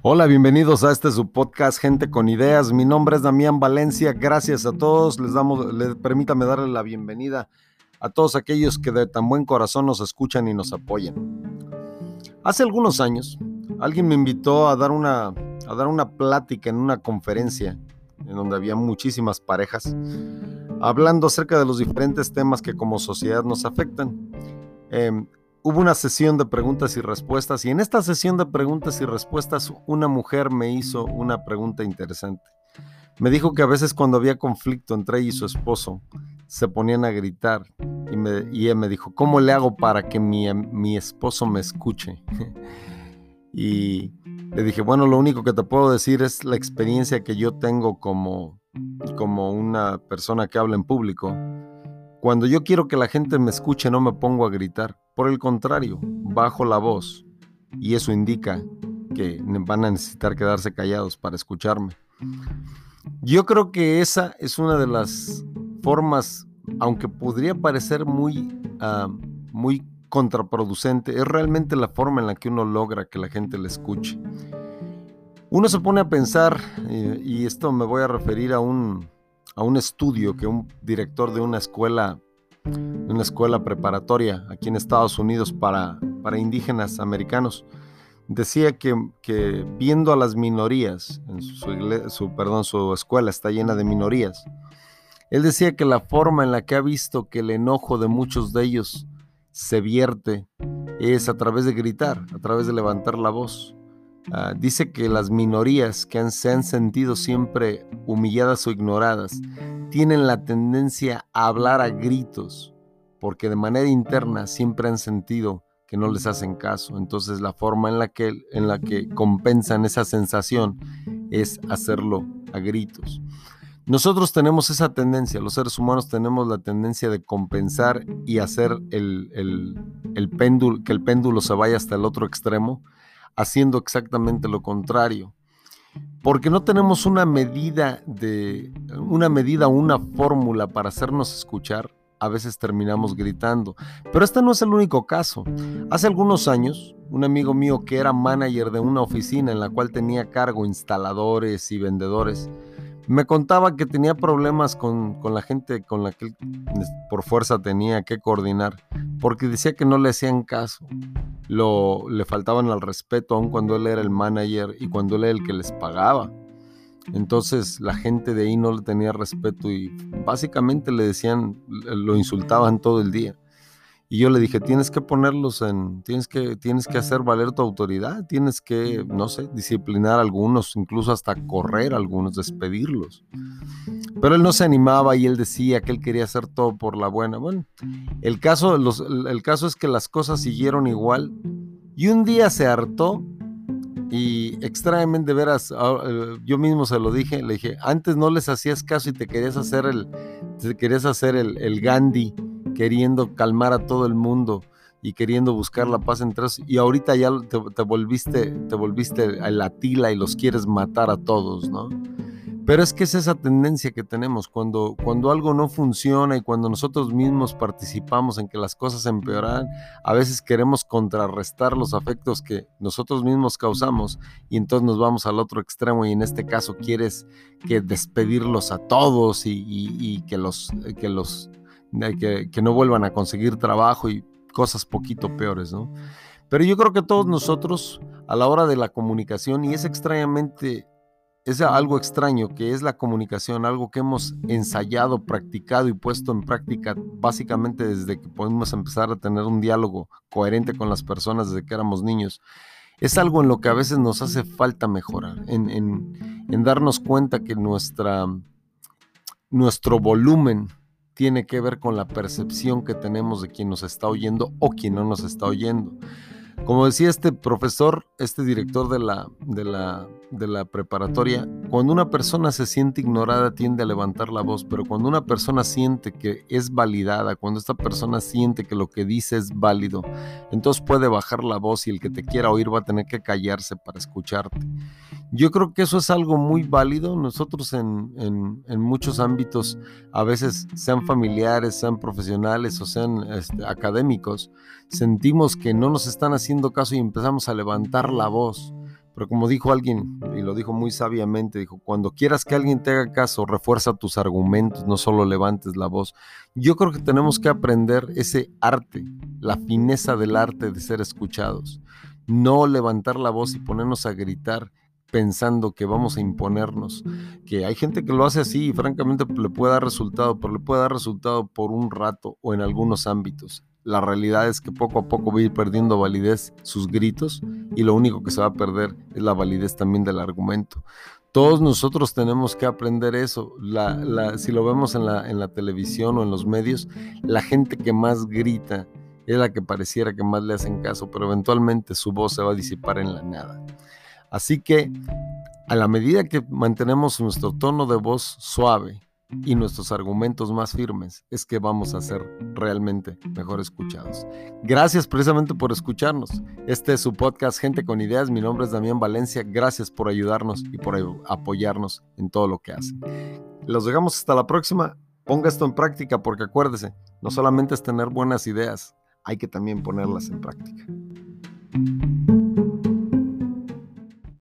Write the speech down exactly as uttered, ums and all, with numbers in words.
Hola, bienvenidos a este su podcast Gente con Ideas. Mi nombre es Damián Valencia. Gracias a todos. Les damos, les, permítame darle la bienvenida a todos aquellos que de tan buen corazón nos escuchan y nos apoyan. Hace algunos años, alguien me invitó a dar una, a dar una plática en una conferencia en donde había muchísimas parejas, hablando acerca de los diferentes temas que como sociedad nos afectan. Eh, Hubo una sesión de preguntas y respuestas y en esta sesión de preguntas y respuestas una mujer me hizo una pregunta interesante. Me dijo que a veces cuando había conflicto entre ella y su esposo se ponían a gritar y, me, y ella me dijo, ¿cómo le hago para que mi, mi esposo me escuche? Y le dije, bueno, lo único que te puedo decir es la experiencia que yo tengo como, como una persona que habla en público. Cuando yo quiero que la gente me escuche, no me pongo a gritar. Por el contrario, bajo la voz. Y eso indica que van a necesitar quedarse callados para escucharme. Yo creo que esa es una de las formas, aunque podría parecer muy, uh, muy contraproducente, es realmente la forma en la que uno logra que la gente le escuche. Uno se pone a pensar, eh, y esto me voy a referir a un... a un estudio que un director de una escuela, de una escuela preparatoria aquí en Estados Unidos para, para indígenas americanos, decía que, que viendo a las minorías, en su, iglesia, su, perdón, su escuela está llena de minorías, él decía que la forma en la que ha visto que el enojo de muchos de ellos se vierte es a través de gritar, a través de levantar la voz. Uh, dice que las minorías que han, se han sentido siempre humilladas o ignoradas tienen la tendencia a hablar a gritos porque de manera interna siempre han sentido que no les hacen caso. Entonces la forma en la que, en la que compensan esa sensación es hacerlo a gritos. Nosotros tenemos esa tendencia, los seres humanos tenemos la tendencia de compensar y hacer el, el, el péndulo, que el péndulo se vaya hasta el otro extremo, haciendo exactamente lo contrario, porque no tenemos una medida de una medida o una fórmula para hacernos escuchar. A veces terminamos gritando, pero este no es el único caso. Hace algunos años, un amigo mío que era manager de una oficina en la cual tenía a cargo instaladores y vendedores, me contaba que tenía problemas con, con la gente con la que él por fuerza tenía que coordinar, porque decía que no le hacían caso. Lo, le faltaban al respeto aun cuando él era el manager y cuando él era el que les pagaba. Entonces la gente de ahí no le tenía respeto y básicamente le decían, lo insultaban todo el día. Y yo le dije, tienes que ponerlos en, tienes que, tienes que hacer valer tu autoridad, tienes que, no sé, disciplinar a algunos, incluso hasta correr a algunos, despedirlos. Pero él no se animaba y él decía que él quería hacer todo por la buena. Bueno, el caso, los, el caso es que las cosas siguieron igual y un día se hartó y extrañamente, de veras, yo mismo se lo dije, le dije, antes no les hacías caso y te querías hacer el, te querías hacer el, el Gandhi, queriendo calmar a todo el mundo y queriendo buscar la paz entre ellos, y ahorita ya te, te volviste, te volviste el Atila y los quieres matar a todos, ¿no? Pero es que es esa tendencia que tenemos, cuando, cuando algo no funciona y cuando nosotros mismos participamos en que las cosas empeoran, a veces queremos contrarrestar los afectos que nosotros mismos causamos y entonces nos vamos al otro extremo y en este caso quieres que despedirlos a todos y, y, y que, los, que, los, que, que no vuelvan a conseguir trabajo y cosas poquito peores, ¿no? Pero yo creo que todos nosotros a la hora de la comunicación, y es extrañamente... es algo extraño que es la comunicación, algo que hemos ensayado, practicado y puesto en práctica básicamente desde que podemos empezar a tener un diálogo coherente con las personas desde que éramos niños. Es algo en lo que a veces nos hace falta mejorar, en, en, en darnos cuenta que nuestra, nuestro volumen tiene que ver con la percepción que tenemos de quien nos está oyendo o quien no nos está oyendo. Como decía este profesor, este director de la, de la, de la preparatoria, cuando una persona se siente ignorada tiende a levantar la voz, pero cuando una persona siente que es validada, cuando esta persona siente que lo que dice es válido, entonces puede bajar la voz y el que te quiera oír va a tener que callarse para escucharte. Yo creo que eso es algo muy válido. Nosotros en, en, en muchos ámbitos, a veces sean familiares, sean profesionales o sean este, académicos, sentimos que no nos están haciendo caso y empezamos a levantar la voz. Pero como dijo alguien, y lo dijo muy sabiamente, dijo, cuando quieras que alguien te haga caso, refuerza tus argumentos, no solo levantes la voz. Yo creo que tenemos que aprender ese arte, la fineza del arte de ser escuchados. No levantar la voz y ponernos a gritar pensando que vamos a imponernos, que hay gente que lo hace así y francamente le puede dar resultado, pero le puede dar resultado por un rato o en algunos ámbitos. La realidad es que poco a poco va a ir perdiendo validez sus gritos y lo único que se va a perder es la validez también del argumento. Todos nosotros tenemos que aprender eso. La, la, si lo vemos en la, en la televisión o en los medios, la gente que más grita es la que pareciera que más le hacen caso, pero eventualmente su voz se va a disipar en la nada. Así que a la medida que mantenemos nuestro tono de voz suave y nuestros argumentos más firmes, es que vamos a ser realmente mejor escuchados. Gracias precisamente por escucharnos. Este es su podcast Gente con Ideas. Mi nombre es Damián Valencia. Gracias por ayudarnos y por apoyarnos en todo lo que hacen. Los dejamos hasta la próxima. Ponga esto en práctica porque acuérdese, no solamente es tener buenas ideas, hay que también ponerlas en práctica.